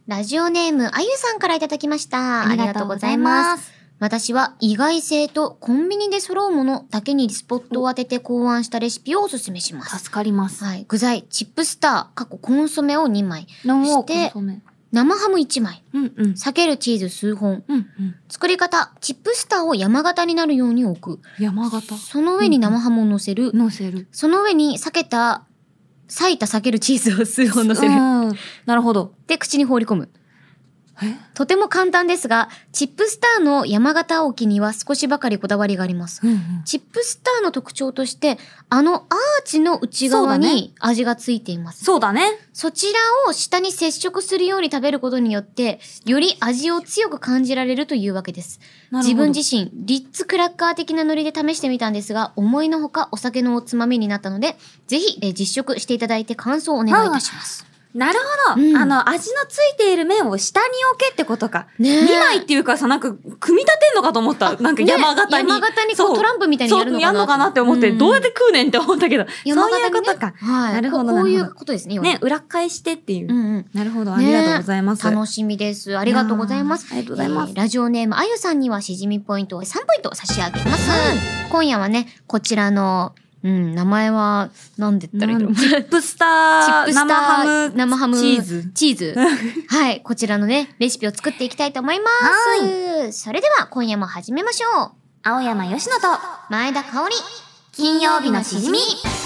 ラジオネームあゆさんからいただきました。 ありがとうございます。 私は意外性とコンビニで揃うものだけにスポットを当てて考案したレシピをおすすめします。 助かります。 はい。具材、チップスター、コンソメを2枚。そして、生ハム1枚。避けるチーズ数本。作り方、チップスターを山形になるように置く。 山形。 その上に生ハムを乗せる。その上に裂いた避けるチーズを数本乗せる。 なるほど。 で、口に放り込む。とても簡単ですが、チップスターの山形置きには少しばかりこだわりがあります。チップスターの特徴として、アーチの内側に味がついています。 そうだね。 そちらを下に接触するように食べることによって、より味を強く感じられるというわけです。自分自身、リッツクラッカー的なノリで試してみたんですが、思いのほかお酒のおつまみになったので、ぜひ実食していただいて感想をお願いいたします。 なるほど。味のついている麺を下に置けってことか。2枚っていうかさ、なんか、組み立てんのかと思った。なんか山形に。 山形にトランプみたいにやるのかな。 そう、やるのかなって思って、どうやって食うねんって思ったけど。そういうことか。なるほど。 こういうことですね。 ね、裏返してっていう。なるほど。ありがとうございます。 楽しみです。ありがとうございます。 ありがとうございます。 ラジオネームあゆさんにはしじみポイントを3ポイント差し上げます。今夜はね、こちらの、名前は、なんで言ったらいいの？ チップスター、生ハム、チーズ。 はい、こちらのね、レシピを作っていきたいと思います。それでは、今夜も始めましょう。 青山よしのと、 前田香織、 金曜日のしじみ。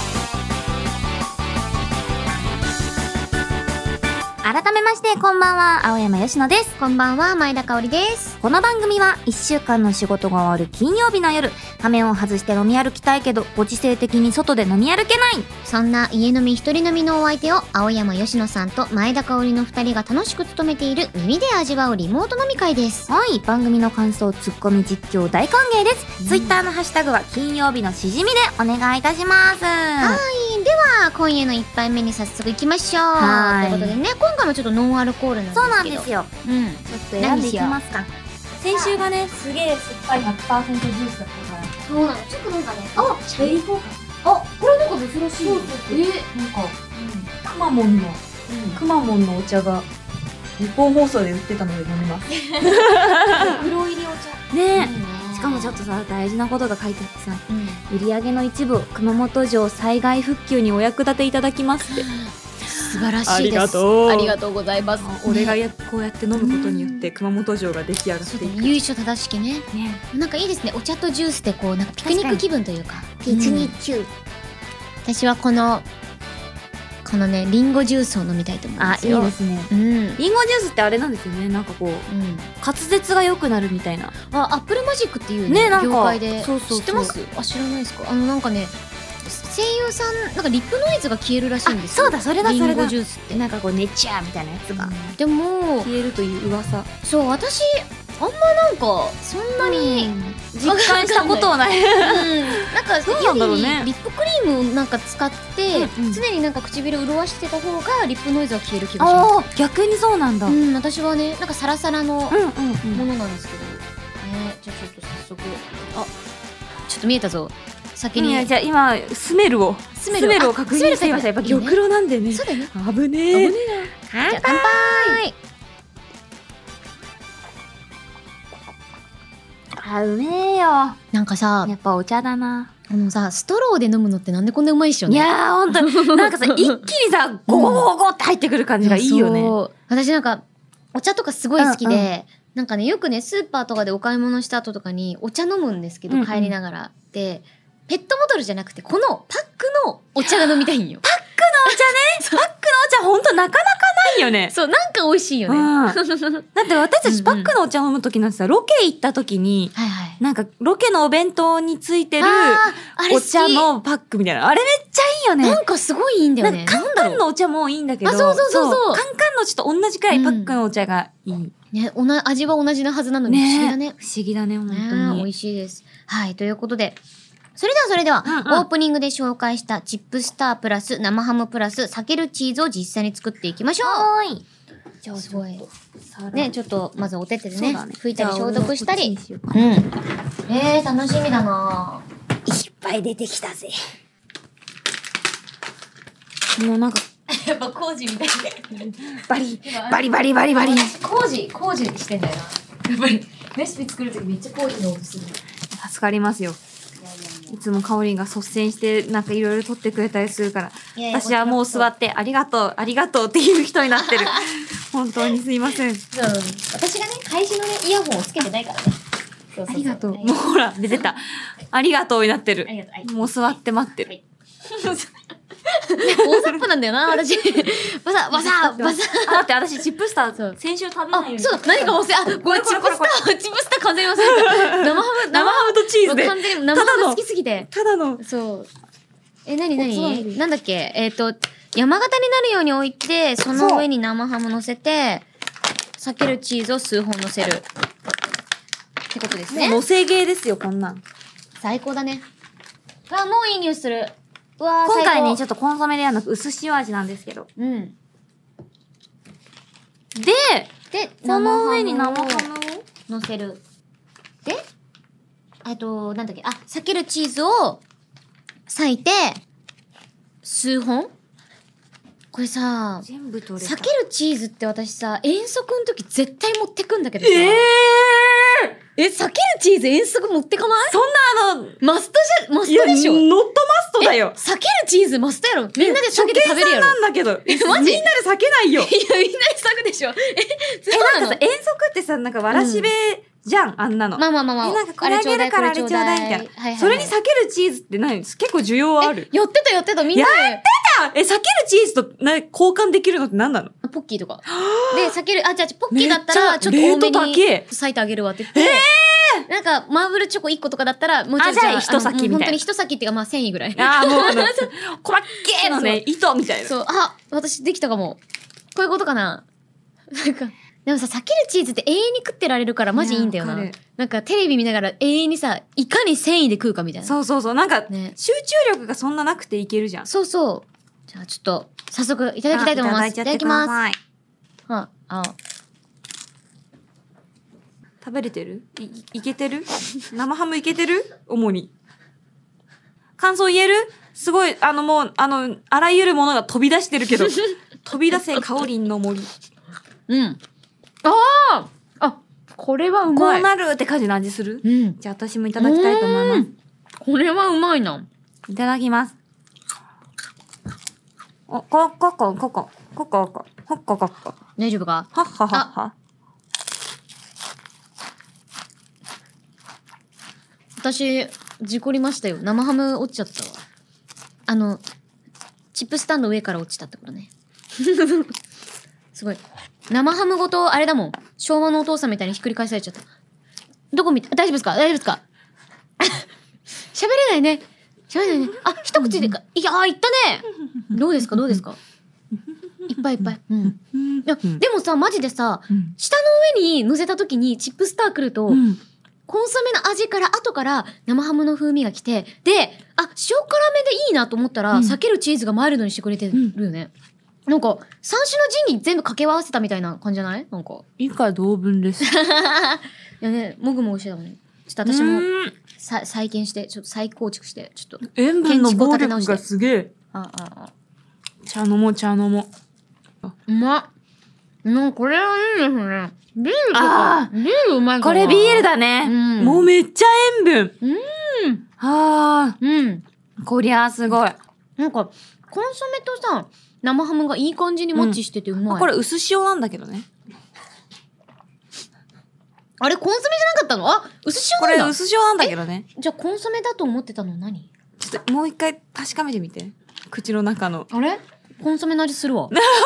改めまして、こんばんは、青山よしのです。 こんばんは、前田香織です。 この番組は、1週間の仕事が終わる金曜日の夜、仮面を外して飲み歩きたいけど、ご時世的に外で飲み歩けない。 そんな家飲み一人飲みのお相手を、青山よしのさんと前田香織の2人が楽しく務めている耳で味わうリモート飲み会です。 はい、番組の感想、ツッコミ、実況大歓迎です。ツイッターのハッシュタグは、金曜日のしじみでお願いいたします。 はい、では、今夜の1杯目に早速いきましょう。ということでね、今回もちょっとノンアルコールなんですけど。 そうなんですよ。ちょっと選んでいきますか。先週がね、すげえ酸っぱい 100% ジュースだったから。 そうなの。ちょっとなんかね。 ベリー効果。 これなんか珍しい。 なんか、くまモンのお茶が、日本放送で売ってたので飲みます。 黒入りお茶。 ねえ。しかもちょっとさ、大事なことが書いてあってさ、売上の一部を熊本城災害復旧にお役立ていただきますって。 素晴らしいです。ありがとうございます。 俺がこうやって飲むことによって熊本城が出来上がっていく。 由緒正しきね。なんかいいですね。お茶とジュースでこうなんかピクニック気分というか。 ピクニック。 私はこのねリンゴジュースを飲みたいと思いますよ。 いいですね。リンゴジュースってあれなんですよね。なんかこう滑舌が良くなるみたいな。 アップルマジックっていうね業界で知ってます？知らないですか？なんかね。声優さんなんかリップノイズが消えるらしいんですよ。 そうだ、それだ。 リンゴジュースってなんかこう寝ちゃうみたいなやつが、 でも消えるという噂。 そう、私あんまなんかそんなに実感したことはない。 なんかそうなんだろうね。 リップクリームをなんか使って常になんか唇を潤してた方がリップノイズは消える気がします。 逆にそうなんだ。 私はねなんかサラサラのものなんですけどね。じゃあちょっと早速ちょっと見えたぞ。先にじゃあ今スメルを確認していました。やっぱ玉露なんでね。 そうだよね。 危ねえ。 じゃあ乾杯。 うめえよ。 なんかさ、 やっぱお茶だな。 ストローで飲むのってなんでこんなうまいっしょね。 いやーほんとなんかさ一気にさゴゴゴゴって入ってくる感じがいいよね。 私なんかお茶とかすごい好きで、なんかねよくねスーパーとかでお買い物した後とかにお茶飲むんですけど帰りながらで。ペットボトルじゃなくてこのパックのお茶が飲みたいんよ。 パックのお茶ね。パックのお茶ほんとなかなかないよね。 そう、なんか美味しいよね。 だって私たちパックのお茶飲む時なんてさ、ロケ行った時に、なんかロケのお弁当についてるお茶のパックみたいな。あれめっちゃいいよね。 なんかすごいいいんだよね。 カンカンのお茶もいいんだけど、 そう。カンカンのちょっと同じくらいパックのお茶がいい。 ね、味は同じなはずなのに不思議だね。 不思議だね、本当に。 美味しいです。はい、ということで。それでは、オープニングで紹介したチップスタープラス生ハムプラス避けるチーズを実際に作っていきましょう。 はい。 じゃあすごい。ね、ちょっとまずお手手でね、拭いたり消毒したり。楽しみだな。 いっぱい出てきたぜ。もうなんかやっぱ工事みたいバリバリバリバリバリ。 工事してんだよな。やっぱりレシピ作るときめっちゃ工事の音する。 助かりますよ。いつもかおりんが率先してなんかいろいろ撮ってくれたりするから、私はもう座ってありがとうありがとうっていう人になってる。本当にすいません。 そう私がね配信のねイヤホンをつけてないからね。そうありがとう。もうほら出た。ありがとうになってる。 ありがとう。 もう座って待ってる。 はい大雑把なんだよな、私。バサだって私、チップスター、先週食べないように。 そう、何か忘れ、ごめん、チップスター完全に忘れた。生ハムとチーズで。 完全に生ハム好きすぎて。 ただの。 そう。何なんだっけ山形になるように置いて、その上に生ハム乗せて、避けるチーズを数本乗せる。ってことですね。 もう乗せゲーですよ、こんなん。 最高だね。もういい匂いする。今回ね、ちょっとコンソメではなく薄塩味なんですけど。 うん。 で、この上に生ハムを乗せる。で、なんだっけ、避けるチーズを裂いて、数本これさ、 全部取れた。 避けるチーズって私さ、遠足の時絶対持ってくんだけどさ。避けるチーズ遠足持ってかない？ そんなマストでしょ。 ノットマストだよ。 避けるチーズマストやろ。みんなで避けて食べるやろ。 なんだけど。 マジ？ みんなで避けないよ。 いや、みんなで避くでしょ。 なんかさ、遠足ってさ、なんかわらしべじゃん、あんなの。 まあ。 なんかこれあげるからあれちょうだいみたいな。それに避けるチーズって何？結構需要ある。 やってた、みんなで。 やってた！避けるチーズと交換できるのって何なの？ ポッキーとか。で、避ける、じゃあポッキーだったら、ちょっと多めに裂いてあげるわって言って。なんか、マーブルチョコ1個とかだったら、もうちょっと。 じゃあ、一裂みたいな。 本当に一裂っていうか、まあ、繊維ぐらい。 もう細っけーのね、糸みたいな。 そう、私できたかも。こういうことかな。なんか、でもさ、避けるチーズって永遠に食ってられるからマジいいんだよな。なんかテレビ見ながら永遠にさ、いかに繊維で食うかみたいな。 そう。なんか、集中力がそんななくていけるじゃん。 そう。じゃあちょっと、早速いただきたいと思います。いただきます。 食べれてる？いけてる？生ハムいけてる？主に。感想言える？すごい、もう、あらゆるものが飛び出してるけど。飛び出せ、かおりんの森。 うん。これはうまい。 こうなるって感じの味する？ うん。 じゃあ私もいただきたいと思います。 これはうまいな。 いただきます。ここ。 大丈夫か？ はっははっは。 私、事故りましたよ。生ハム落ちちゃったわ。チップスタンド上から落ちたってことね。すごい。生ハムごと、あれだもん。昭和のお父さんみたいにひっくり返されちゃった。どこ見て、大丈夫ですか？喋れないね。一口でか、いったね。どうですか？いっぱい。うん。でもさ、マジでさ、下の上に乗せた時にチップスター来ると、コンソメの味から後から生ハムの風味が来て、で、塩辛めでいいなと思ったら、避けるチーズがマイルドにしてくれてるよね。なんか、三種の神に全部掛け合わせたみたいな感じじゃない？なんか。 以下同文です。 いやね、もぐもぐしてたもんね。ちょっと私も、再建して、ちょっと再構築して、ちょっと。 塩分の暴力がすげえ。茶飲もう。 うまっ。これはいいですね。ビールうまいかこれビールだね。もうめっちゃ塩分。こりゃすごい。 なんか、コンソメとさ、生ハムがいい感じにマッチしててうまい。 これ薄塩なんだけどね。 あれコンソメじゃなかったの？薄塩なんだ。 これ薄塩なんだけどね。 じゃあコンソメだと思ってたの何？ ちょっともう一回確かめてみて。口の中の。 あれコンソメの味するわ。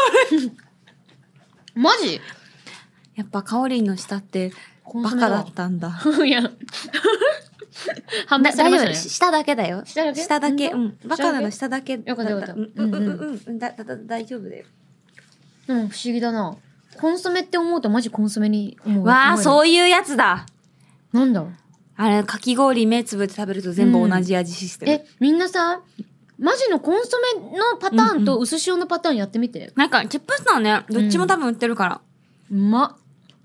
マジ？ やっぱかおりんの舌ってバカだったんだ。 いや。判別されましたね。 下だけだよ。下だけ。バカなの下だけ。 よかった。 大丈夫だよ。 不思議だな。コンソメって思うとマジコンソメに思う。 わあ、そういうやつだ。 なんだ？ あれ、かき氷目つぶって食べると全部同じ味システム。 みんなさ、マジのコンソメのパターンと薄塩のパターンやってみて。 なんか、チップスターね、どっちも多分売ってるから。 うまっ。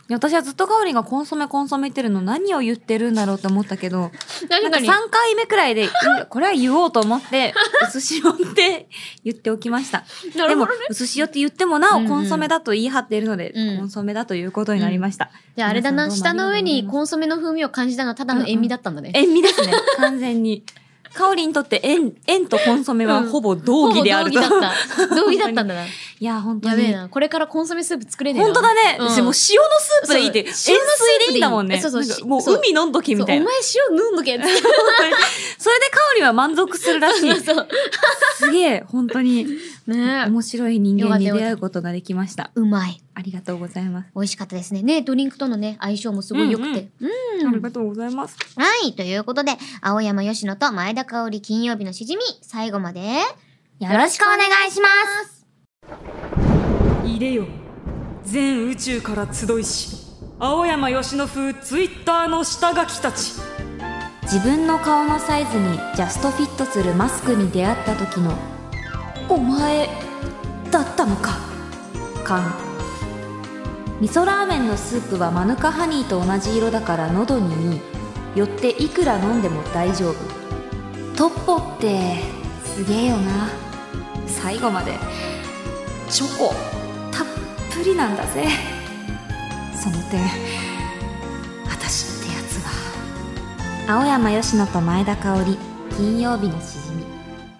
私はずっとかおりんがコンソメ言ってるの何を言ってるんだろうって思ったけど、なんか3回目くらいで、これは言おうと思って、薄塩って言っておきました。でも、薄塩って言ってもなおコンソメだと言い張っているので、コンソメだということになりました。 で、あれだな、舌の上にコンソメの風味を感じたのはただの塩味だったんだね。 塩味ですね、完全に。かおりにとって塩とコンソメはほぼ同義であると。 同義だった。同義だったんだな。 いや、本当に。 やべえな。これからコンソメスープ作れねえな。 本当だね。もう塩のスープでいいって。塩水でいいんだもんね。そうそう。もう海飲んどけみたいな。 お前塩飲んどけって。 それでかおりは満足するらしい。そう。すげえ、本当に。ね、面白い人間に出会うことができました。 うまい。 ありがとうございます。 美味しかったですね。ね、ドリンクとのね、相性もすごい良くて。 ありがとうございます。 はい。ということで、青山吉野と前田香織金曜日のしじみ、最後までよろしくお願いします。 入れよ。全宇宙から集いし、青山吉野風ツイッターの下書きたち。自分の顔のサイズにジャストフィットするマスクに出会った時のお前だったのか感。味噌ラーメンのスープはマヌカハニーと同じ色だから喉にいい。よっていくら飲んでも大丈夫。トッポってすげえよな。最後までチョコたっぷりなんだぜ。その点私ってやつは。青山吉野と前田香織金曜日のしじみ。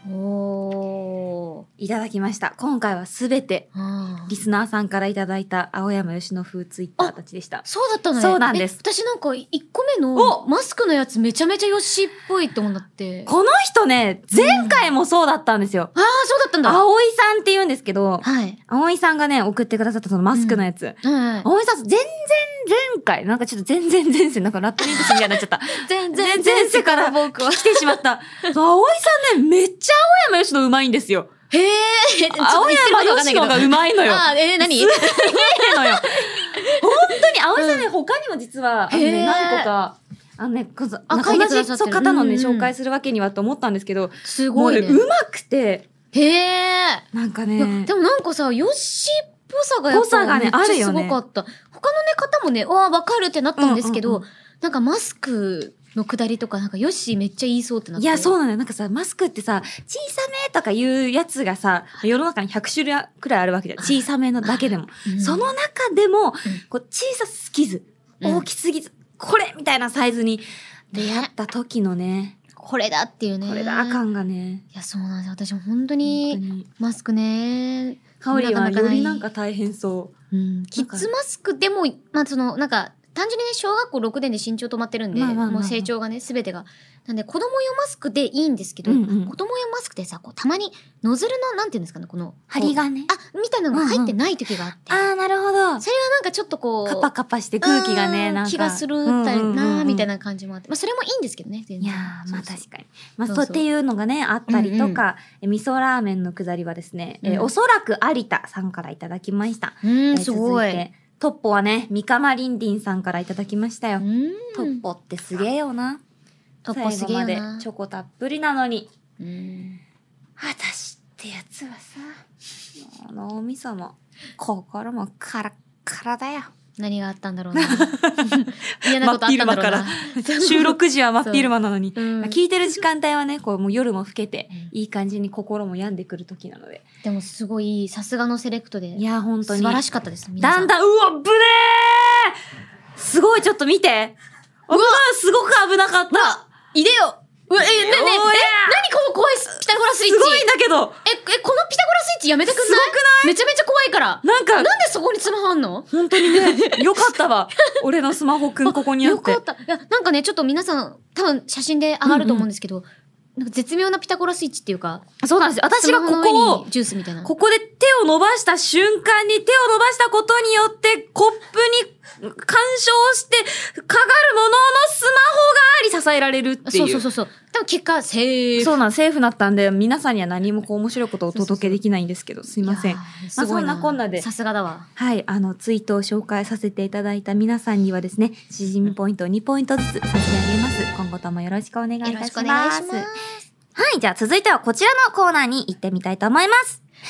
いただきました。今回はすべてリスナーさんからいただいた青山吉野風ツイッターたちでした。 そうだったのね。 そうなんです。 私なんか1個目のマスクのやつめちゃめちゃヨッシーっぽいって思って。 この人ね、前回もそうだったんですよ。 ああ、そうだったんだ。 葵さんって言うんですけど、 はい。 葵さんがね、送ってくださったそのマスクのやつ。葵さん、前回、なんかちょっと前世、なんかラットリンクスみたいになっちゃった。前世から僕は来てしまった。葵さんね、めっちゃ青山吉野うまいんですよ。 へえ、 青山吉野がうまいのよ。 何すげえのよ。本当に、葵さんね、他にも実は、何個か、同じ方のね、紹介するわけにはと思ったんですけど、 すごいね。 うまくて、 へえ。 なんかね。 でもなんかさ、ヨッシーっぽさがやっぱめっちゃすごかった。他のね、方もね、わかるってなったんですけど、なんかマスクのくだりとか、なんかヨッシーめっちゃ言いそうってなって。 いや、そうなのよ。なんかさ、マスクってさ、小さめとかいうやつがさ、世の中に100種類くらいあるわけじゃん。小さめのだけでも。その中でも、こう小さすぎず、大きすぎず、これみたいなサイズに出会った時のね。 これだっていうね。 これだ感がね。 いや、そうなんですよ。私本当に、マスクね。 かおりはよりなんか大変そう。 キッズマスクでも、まあその、なんか、単純にね、小学校6年で身長止まってるんで、もう成長がね、すべてが。なんで、子供用マスクでいいんですけど、子供用マスクでさ、こう、たまに、ノズルの、なんていうんですかね、この、 針金みたいなのが入ってない時があって。 ああ、なるほど。それはなんかちょっとこう、 カパカパして空気がね、なんか。 気がするったりなみたいな感じもあって。まあ、それもいいんですけどね、全然。 いやー、まあ確かに。まあ、そうっていうのがね、あったりとか、味噌ラーメンのくだりはですね、おそらく有田さんからいただきました。 すごい。 トッポはね、三釜りんりんさんからいただきましたよ。トッポってすげえよな。トッポすげえよな。最後までチョコたっぷりなのに。私ってやつはさ、脳みそも心もカラッカラだよ。 何があったんだろうな。嫌なことあったんだろうな。 収録時は真っ昼間なのに。聞いてる時間帯はね、こうもう夜も更けて、いい感じに心も病んでくる時なので。 でもすごい、さすがのセレクトで。 いや、本当に。 素晴らしかったです。 だんだん、うわ、ぶねーすごい、ちょっと見て。うわ、すごく危なかった。 いでよ。何この怖いピタゴラスイッチ。 すごいんだけど。 このピタゴラスイッチやめてくんない？ すごくない？ めちゃめちゃ怖いから。なんでそこにスマホあんの？ 本当にね。よかったわ。俺のスマホくんここにあって。 よかった。いや、なんかね、ちょっと皆さん、多分写真で上がると思うんですけど、なんか絶妙なピタゴラスイッチっていうか。 そうなんですよ。私がここを、 ジュースみたいな。 ここで手を伸ばした瞬間に手を伸ばしたことによって、コップに干渉して、かかるもののスマホがあり支えられるっていう。 そう。でも結果、セーフ。 そうなん、セーフだったんで、皆さんには何もこう面白いことをお届けできないんですけど、すいません。まあそんなこんなで。 さすがだわ。 はい、ツイートを紹介させていただいた皆さんにはですね、しじみポイントを2ポイントずつ差し上げます。今後ともよろしくお願いいたします。よろしくお願いします。はい、じゃあ続いてはこちらのコーナーに行ってみたいと思います。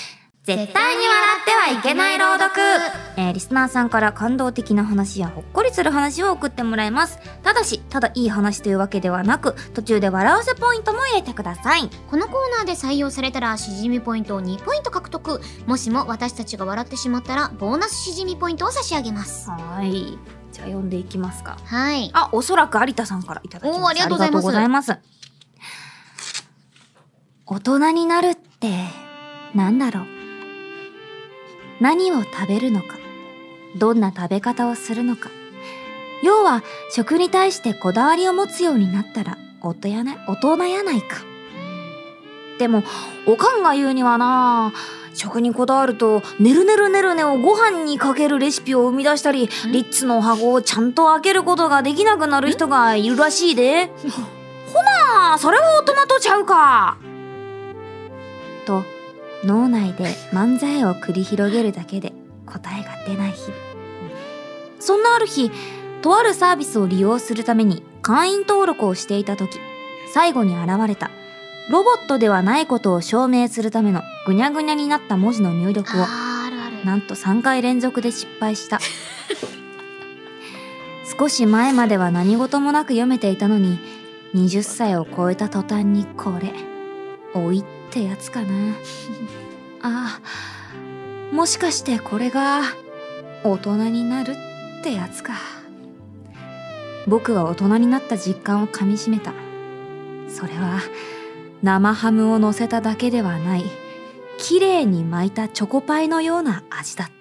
絶対に笑ってはいけない朗読。リスナーさんから感動的な話やほっこりする話を送ってもらいます。ただし、ただいい話というわけではなく、途中で笑わせポイントも入れてください。 このコーナーで採用されたらしじみポイントを2ポイント獲得。もしも私たちが笑ってしまったらボーナスしじみポイントを差し上げます。 はい。じゃあ読んでいきますか。 はい。 あ、おそらく有田さんからいただきました。 ありがとうございます。 大人になるってなんだろう。何を食べるのか、どんな食べ方をするのか。要は食に対してこだわりを持つようになったら大人やないか。でもおかんが言うにはな、食にこだわるとねるねるねるねをご飯にかけるレシピを生み出したり、リッツの箱をちゃんと開けることができなくなる人がいるらしいで。ほなそれは大人とちゃうかと脳内で漫才を繰り広げるだけで答えが出ない日々。そんなある日、とあるサービスを利用するために会員登録をしていた時、最後に現れたロボットではないことを証明するためのぐにゃぐにゃになった文字の入力をなんと3回連続で失敗した。少し前までは何事もなく読めていたのに、20歳を超えた途端にこれ老いってやつかな。ああ、もしかしてこれが大人になるってやつか。僕は大人になった実感をかみしめた。それは生ハムを乗せただけではない、綺麗に巻いたチョコパイのような味だった。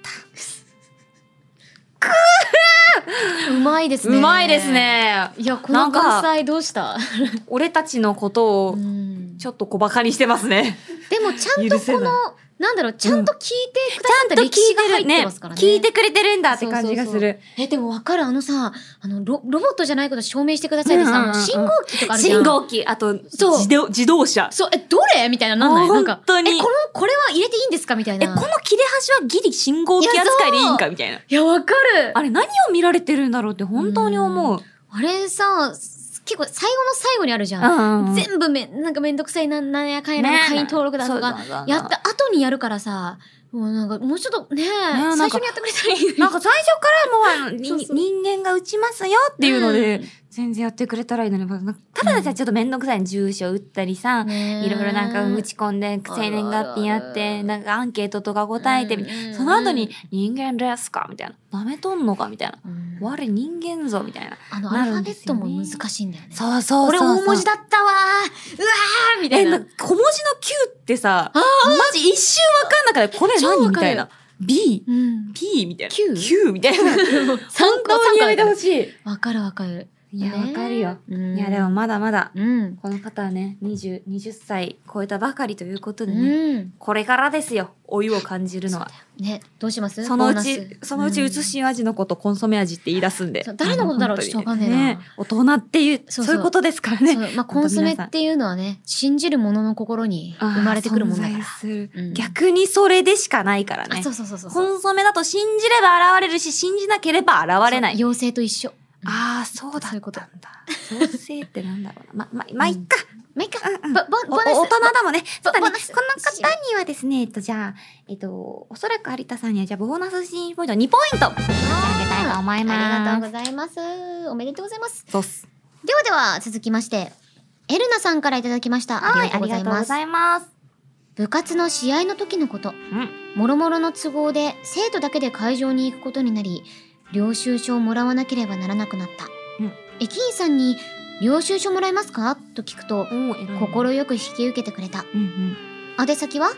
うまいですね。 うまいですね。 いや、この関西どうした？ 俺たちのことをちょっと小馬鹿にしてますね。 でもちゃんとこのなんだろう、ちゃんと聞いてくださった歴史が入ってますからね。 聞いてくれてるんだって感じがする。 でもわかる、ロボットじゃないこと証明してくださいでさ、信号機とかあるじゃん。 信号機、あと、自動車。 そう、どれみたいななんない？なんか、 本当に。 これは入れていいんですかみたいな。 この切れ端はギリ信号機扱いでいいんかみたいな。 いや、わかる。 あれ何を見られてるんだろうって本当に思う。 あれさ、結構最後の最後にあるじゃん。全部なんかめんどくさいなんやかんやな、会員登録だとか、やった後にやるからさ、もうなんかもうちょっとね、最初にやってくれたらいい。 なんか最初からもう人間が打ちますよっていうので、全然やってくれたらいいのに、ただでさ、ちょっとめんどくさい住所打ったりさ、いろいろなんか打ち込んで、生年月日やって、なんかアンケートとか答えて、その後に人間ですかみたいな。舐めとんのかみたいな。我人間ぞみたいな。 アルファベットも難しいんだよね。 そうそう。 これ大文字だったわー、うわーみたいな。 小文字の Q ってさ、マジ一瞬わかんなかった。これ何みたいな。B、P みたいな。Q みたいな。本当にやめてほしい。 わかるわかる。 いや、わかるよ。いや、でもまだまだ、この方はね、20歳超えたばかりということでね、これからですよ、老いを感じるのは。 ね、どうします？ そのうち、うつし味のことコンソメ味って言い出すんで。 誰のことだろうちょっとわかんねえな。 大人っていう、そういうことですからね。 まあ、コンソメっていうのはね、信じる者の心に生まれてくるものだから。 逆にそれでしかないからね。 そう。 コンソメだと信じれば現れるし、信じなければ現れない。 妖精と一緒。 ああ、そうだったんだ。妖精ってなんだろうな。まあ、いっか。 まあ、いっか。 大人だもんね。そうだね。この方にはですね、じゃあ、おそらく有田さんには、じゃあ、ボーナスシーンポイント2ポイント差し上げたいと思います。 ありがとうございます。おめでとうございます。 そうっす。 では続きまして、エルナさんからいただきました。ありがとうございます。部活の試合の時のこと。もろもろの都合で、生徒だけで会場に行くことになり、領収書をもらわなければならなくなった。駅員さんに、領収書もらえますかと聞くと、心よく引き受けてくれた。宛先は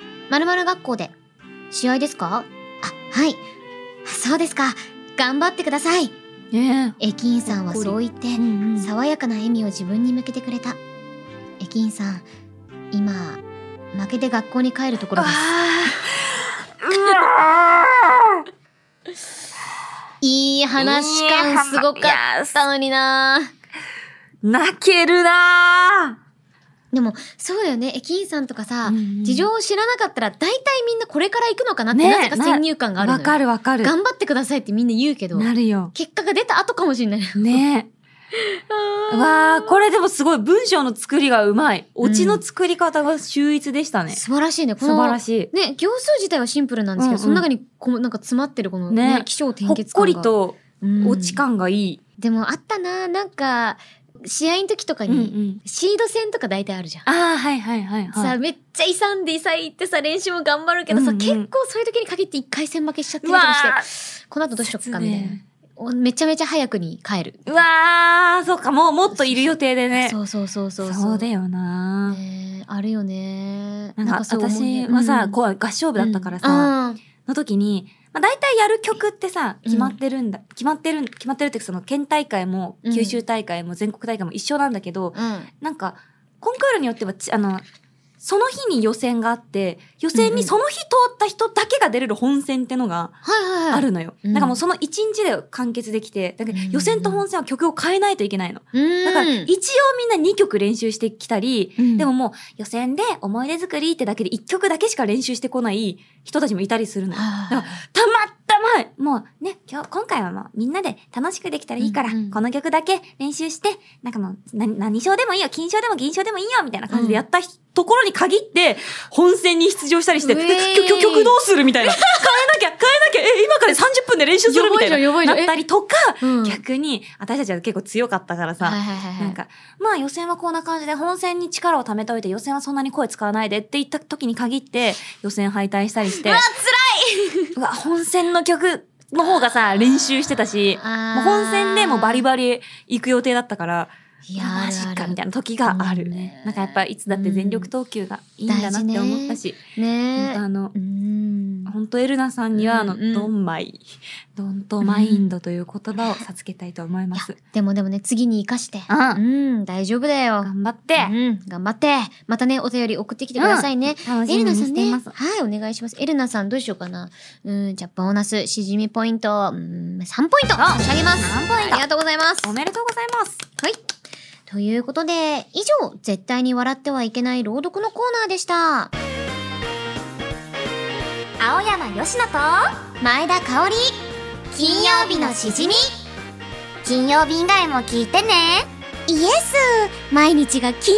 〇〇学校で。試合ですか？はい。そうですか。頑張ってください。駅員さんはそう言って、爽やかな笑みを自分に向けてくれた。駅員さん、今、負けて学校に帰るところです。いい話感すごかったのにな。 泣けるな。 でも、そうだよね。駅員さんとかさ、事情を知らなかったら、大体みんなこれから行くのかなって、なぜか先入観があるのよ。 わかる。 頑張ってくださいってみんな言うけど。 なるよ。 結果が出た後かもしれない。 ねうわー、これでもすごい文章の作りがうまい。オチの作り方が秀逸でしたね。 素晴らしいね。 素晴らしい。 ね、行数自体はシンプルなんですけど、その中になんか詰まってるこのね、起承転結感が。 ほっこりと、オチ感がいい。 でもあったな、なんか、試合の時とかに、シード戦とか大体あるじゃん。 ああ、はいはいはい。 さ、めっちゃ勇んで行ってさ、練習も頑張るけどさ、結構そういう時に限って1回戦負けしちゃってるとして、この後どうしよっかみたいな。めちゃめちゃ早くに帰る。 うわー、そっか、もっといる予定でね。 そう。 そうだよな。 あるよね。 なんか私はさ、合唱部だったからさ、の時に、まあ、大体やる曲ってさ、決まってるってその県大会も、九州大会も全国大会も一緒なんだけど、なんか、コンクールによっては、その日に予選があって、予選にその日通った人だけが出れる本戦ってのがあるのよ。だからもうその一日で完結できて、だから予選と本戦は曲を変えないといけないの。だから一応みんな2曲練習してきたり、でももう予選で思い出作りってだけで1曲だけしか練習してこない人たちもいたりするのよ。だからたまたま、もうね、今回はもうみんなで楽しくできたらいいから、この曲だけ練習して、なんかもう何賞でもいいよ、金賞でも銀賞でもいいよ、みたいな感じでやったところに限って、本戦に出場したりして、曲どうするみたいな。変えなきゃ、今から30分で練習するみたいな。なったりとか、逆に、私たちは結構強かったからさ、なんか、まあ予選はこんな感じで、本戦に力を貯めておいて、予選はそんなに声使わないでって言った時に限って、予選敗退したりして。 うわ、辛い！うわ、本戦の曲の方がさ、練習してたし、もう本戦でもバリバリ行く予定だったから、いやマジかみたいな時があるね。なんかやっぱいつだって全力投球がいいんだなって思ったし、本当エルナさんにはドントマインドという言葉を授けたいと思います。 でもね、次に生かして、大丈夫だよ。 頑張って、 頑張って、またねお便り送ってきてくださいね。エルナさんね、はいお願いします。エルナさんどうしようかな。じゃあボーナスしじみポイント3ポイント差し上げます。3ポイントありがとうございます。 おめでとうございます。 はい。ということで、以上、絶対に笑ってはいけない朗読のコーナーでした。青山よしのと前田香織、金曜日のしじみ。金曜日以外も聞いてね。イエス、毎日が金曜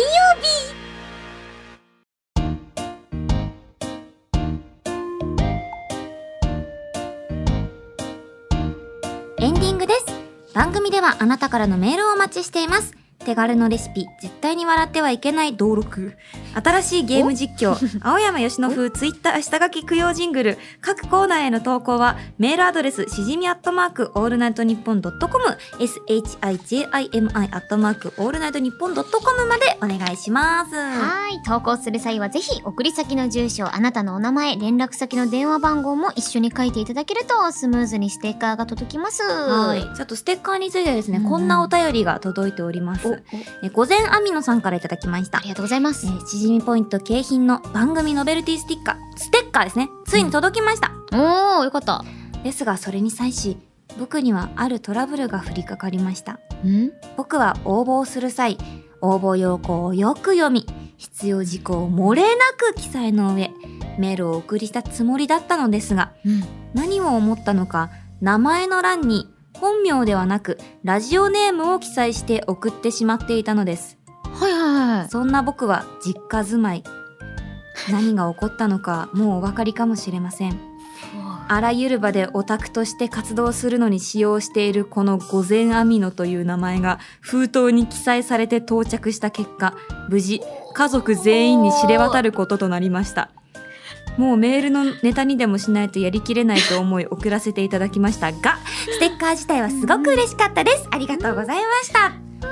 日。エンディングです。番組ではあなたからのメールをお待ちしています。手軽のレシピ、絶対に笑ってはいけない登録。新しいゲーム実況、青山よしの風ツイッター下書き供養ジングル、各コーナーへの投稿は、メールアドレス、しじみ@allnightnippon.com、shijimi@allnightnippon.com までお願いします。はい。投稿する際はぜひ、送り先の住所、あなたのお名前、連絡先の電話番号も一緒に書いていただけると、スムーズにステッカーが届きます。はい。ちょっとステッカーについてはですね、こんなお便りが届いております。午前アミノさんからいただきました。ありがとうございます。しじみポイント景品の番組ノベルティステッカーですね。ついに届きました。おー、よかった。ですが、それに際し、僕にはあるトラブルが降りかかりました。僕は応募をする際、応募要項をよく読み、必要事項を漏れなく記載の上、メールをお送りしたつもりだったのですが、何を思ったのか、名前の欄に、本名ではなくラジオネームを記載して送ってしまっていたのです。そんな僕は実家住まい。何が起こったのかもうお分かりかもしれません。あらゆる場でオタクとして活動するのに使用しているこの午前アミノという名前が封筒に記載されて到着した結果、無事家族全員に知れ渡ることとなりました。もうメールのネタにでもしないとやりきれないと思い送らせていただきましたが、ステッカー自体はすごく嬉しかったです。ありがとうございました。これは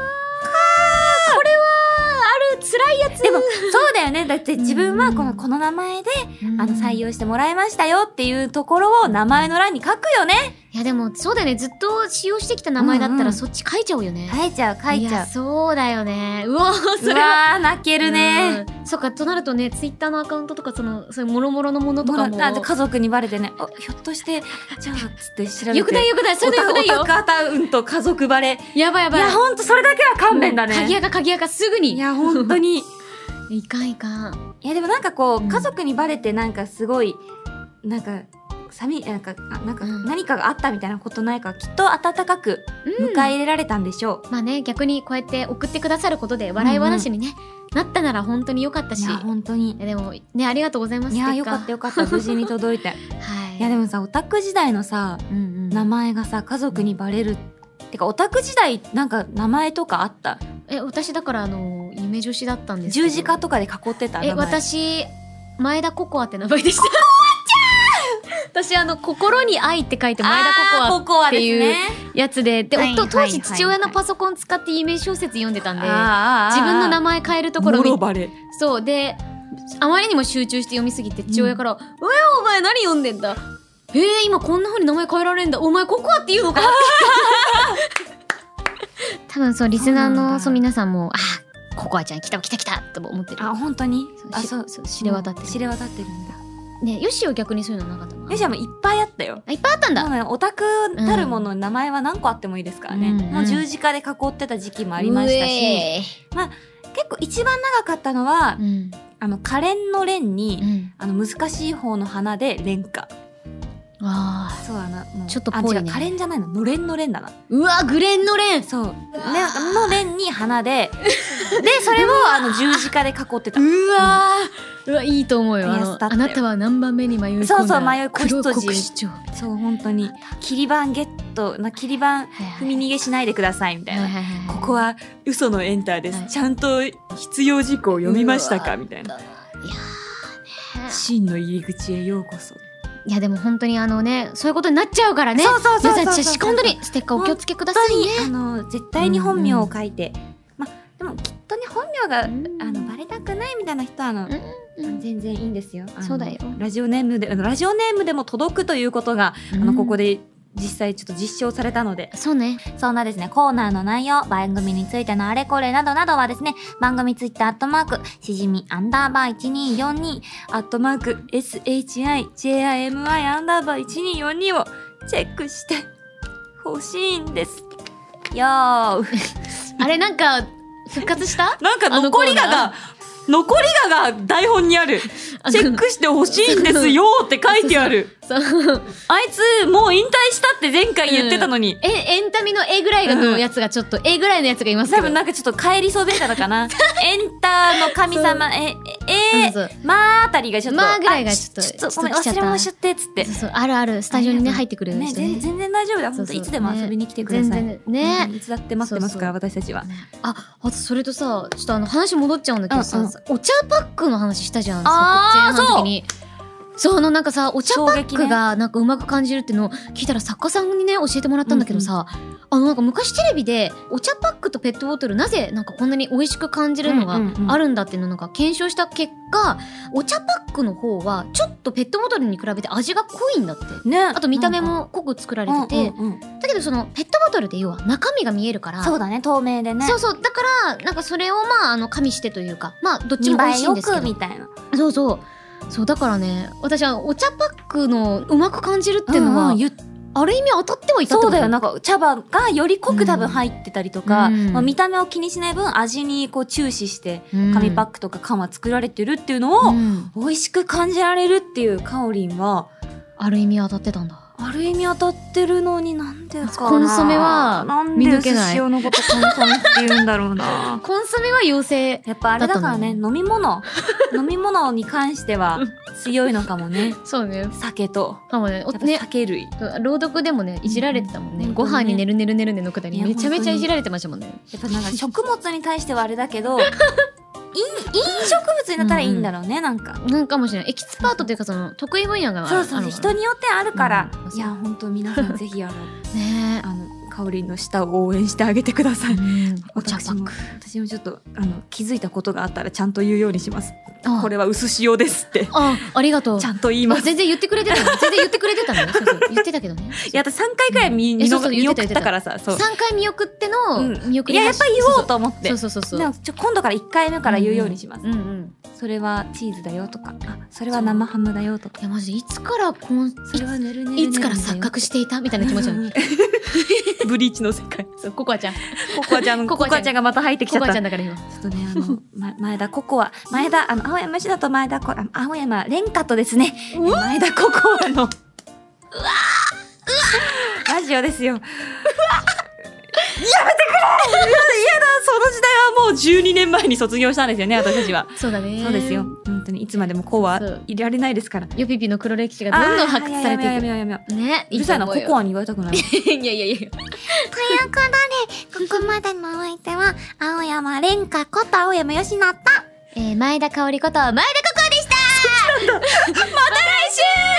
ある辛いやつ。でもそうだよね。だって自分はこの名前で採用してもらいましたよっていうところを名前の欄に書くよね。いやでもそうだよね。ずっと使用してきた名前だったらそっち書いちゃうよね。書いちゃう。いやそうだよね。うわそれは泣けるね。そっか、となるとね、ツイッターのアカウントとかそういうもろもろのものとかも家族にバレてね、ひょっとしてじゃあつって調べて、よくないそれよくないよ。オタクアカウント家族バレ、やばい。いやほんとそれだけは勘弁だね。鍵垢すぐに。いやほんとにいかん。いやでもなんかこう、家族にバレてなんかすごいなんか何かがあったみたいなことないか、きっと温かく迎え入れられたんでしょう。 まあね、逆にこうやって送ってくださることで笑い話にね、なったなら本当に良かったし。 いや本当に。 でもね、ありがとうございます。 いやよかったよかった無事に届いて。 はい。 いやでもさ、オタク時代のさ、名前がさ家族にバレる。てかオタク時代なんか名前とかあった？ 私だから夢女子だったんですけど。 十字架とかで囲ってた名前。 私前田ココアって名前でした。私心に愛って書いて前田ココアっていうやつで、当時父親のパソコン使って夢小説読んでたんで、自分の名前変えるところもろバレ。 そうで、あまりにも集中して読みすぎて父親から「お前何読んでんだ？今こんな風に名前変えられんだ。お前ココアって言うのか？」多分そうリスナーの皆さんもココアちゃん来たと思ってる。 本当に？ そう知れ渡ってる。 知れ渡ってるんだ。 ね、ヨシは逆にそういうのなかったの？ ヨシはもういっぱいあったよ。 いっぱいあったんだ。 もうね、オタクたるもの名前は何個あってもいいですからね。もう十字架で囲ってた時期もありましたし、まあ結構一番長かったのは、可憐の蓮に、難しい方の花で蓮華。そうちょっとぽいね。 可憐じゃないの、のれんの蓮だな。 うわ、グレンの蓮。 そう。の蓮に花で、それを十字架で囲ってた。 うわ、いいと思うよ。あなたは何番目に迷い込んだ。 そう、迷い越しとじ。 そう、 本当に。切り板ゲット、切り板踏み逃げしないでください、みたいな。ここは嘘のエンターです。ちゃんと必要事項を読みましたかみたいな。真の入り口へようこそ。 いやでも本当にそういうことになっちゃうからね。そう本当にステッカーお気をつけくださいね。 絶対に本名を書いて、でもきっとね、本名がバレたくないみたいな人は全然いいんですよ。 そうだよ。 ラジオネームでも届くということがここで実際ちょっと実証されたので。 そうね。 そんなですね、コーナーの内容、番組についてのあれこれなどなどはですね、番組ツイッターしじみ_1242@shijimi_1242をチェックしてほしいんです。よー。 あれなんか復活した？ なんか残りが台本にある。チェックしてほしいんですよって書いてある。あいつもう引退したって前回言ってたのに。 エンタメの絵ぐらいのやつがちょっと、絵ぐらいのやつがいますけど。 多分なんかちょっと帰りそべたのかな。エンタの神様、あたりがちょっと。 ぐらいがちょっとごめん、忘れ物しちゃってっつって。 そう、ある、スタジオにね、入ってくるね。全然大丈夫だ。ほんといつでも遊びに来てください。 全然ね。 いつだって待ってますから、私たちは。 あとそれとさ、ちょっと話戻っちゃうんだけどさ、お茶パックの話したじゃん。前半の時に。そう、なんかさ、お茶パックがなんかうまく感じるっていうのを聞いたら作家さんにね、教えてもらったんだけどさ、なんか昔テレビでお茶パックとペットボトルなぜなんかこんなに美味しく感じるのがあるんだっていうのをなんか検証した結果、お茶パックの方はちょっとペットボトルに比べて味が濃いんだって。ね。あと見た目も濃く作られてて、だけどそのペットボトルで要は中身が見えるから。 そうだね、透明でね。 そう、だからなんかそれを加味してというか、どっちも美味しいんですけど。 みたいな。 そうだからね、私はお茶パックのうまく感じるっていうのは、ある意味当たってはいたってこと。 そうだよ、なんか茶葉がより濃く多分入ってたりとか、見た目を気にしない分味にこう注視して紙パックとか缶は作られてるっていうのを美味しく感じられるっていうかおりんはある意味当たってたんだ。 ある意味当たってるのになんでかな。 コンソメは見抜けない。 なんで塩のことコンソメって言うんだろうな。 コンソメは妖精。 やっぱあれだからね、飲み物に関しては強いのかもね。 そうね。 酒と。 かもね。 酒類。 朗読でもね、いじられてたもんね。ご飯にねるねるねるねのくだりめちゃめちゃいじられてましたもんね。 やっぱなんか食物に対してはあれだけど、飲食物になったらいいんだろうね、なんか。 なんかもしれない。エキスパートというかその得意分野がある。 そう、人によってあるから。いや、ほんと皆さんぜひね、かおりんの舌を応援してあげてください。 お茶パック。 私もちょっと気づいたことがあったらちゃんと言うようにします。これは薄塩ですって。 ありがとう。 ちゃんと言います。 全然言ってくれてたの。言ってたけどね。 いや、私3回くらい見送ったからさ。 3回見送っての見送り。 いや、やっぱ言おうと思って。 そう。 でも今度から1回目から言うようにします。それはチーズだよとか、それは生ハムだよとか。 いや、マジいつからそれはねるねるいつから錯覚していたみたいな気持ちなの。 ブリーチの世界。 そう、ココアちゃんがまた入ってきちゃった。 ココアちゃんだから今。 ちょっとね、前田ココア、青山市だと青山蓮華とですね、前田ココアのラジオですよ。やめてくれ。嫌だ、その時代はもう12年前に卒業したんですよね、私たちは。 そうだね。 そうですよ。本当にいつまでもこうはいられないですから。 ヨピピの黒歴史がどんどん発掘されていく。 やめよう。 ね。 うるさいな、ココアに言われたくない。 いやいやいや。 ということで、ここまでのお相手は、青山蓮香こと青山よしなった。 前田香織こと前田ココアでした。 また来週。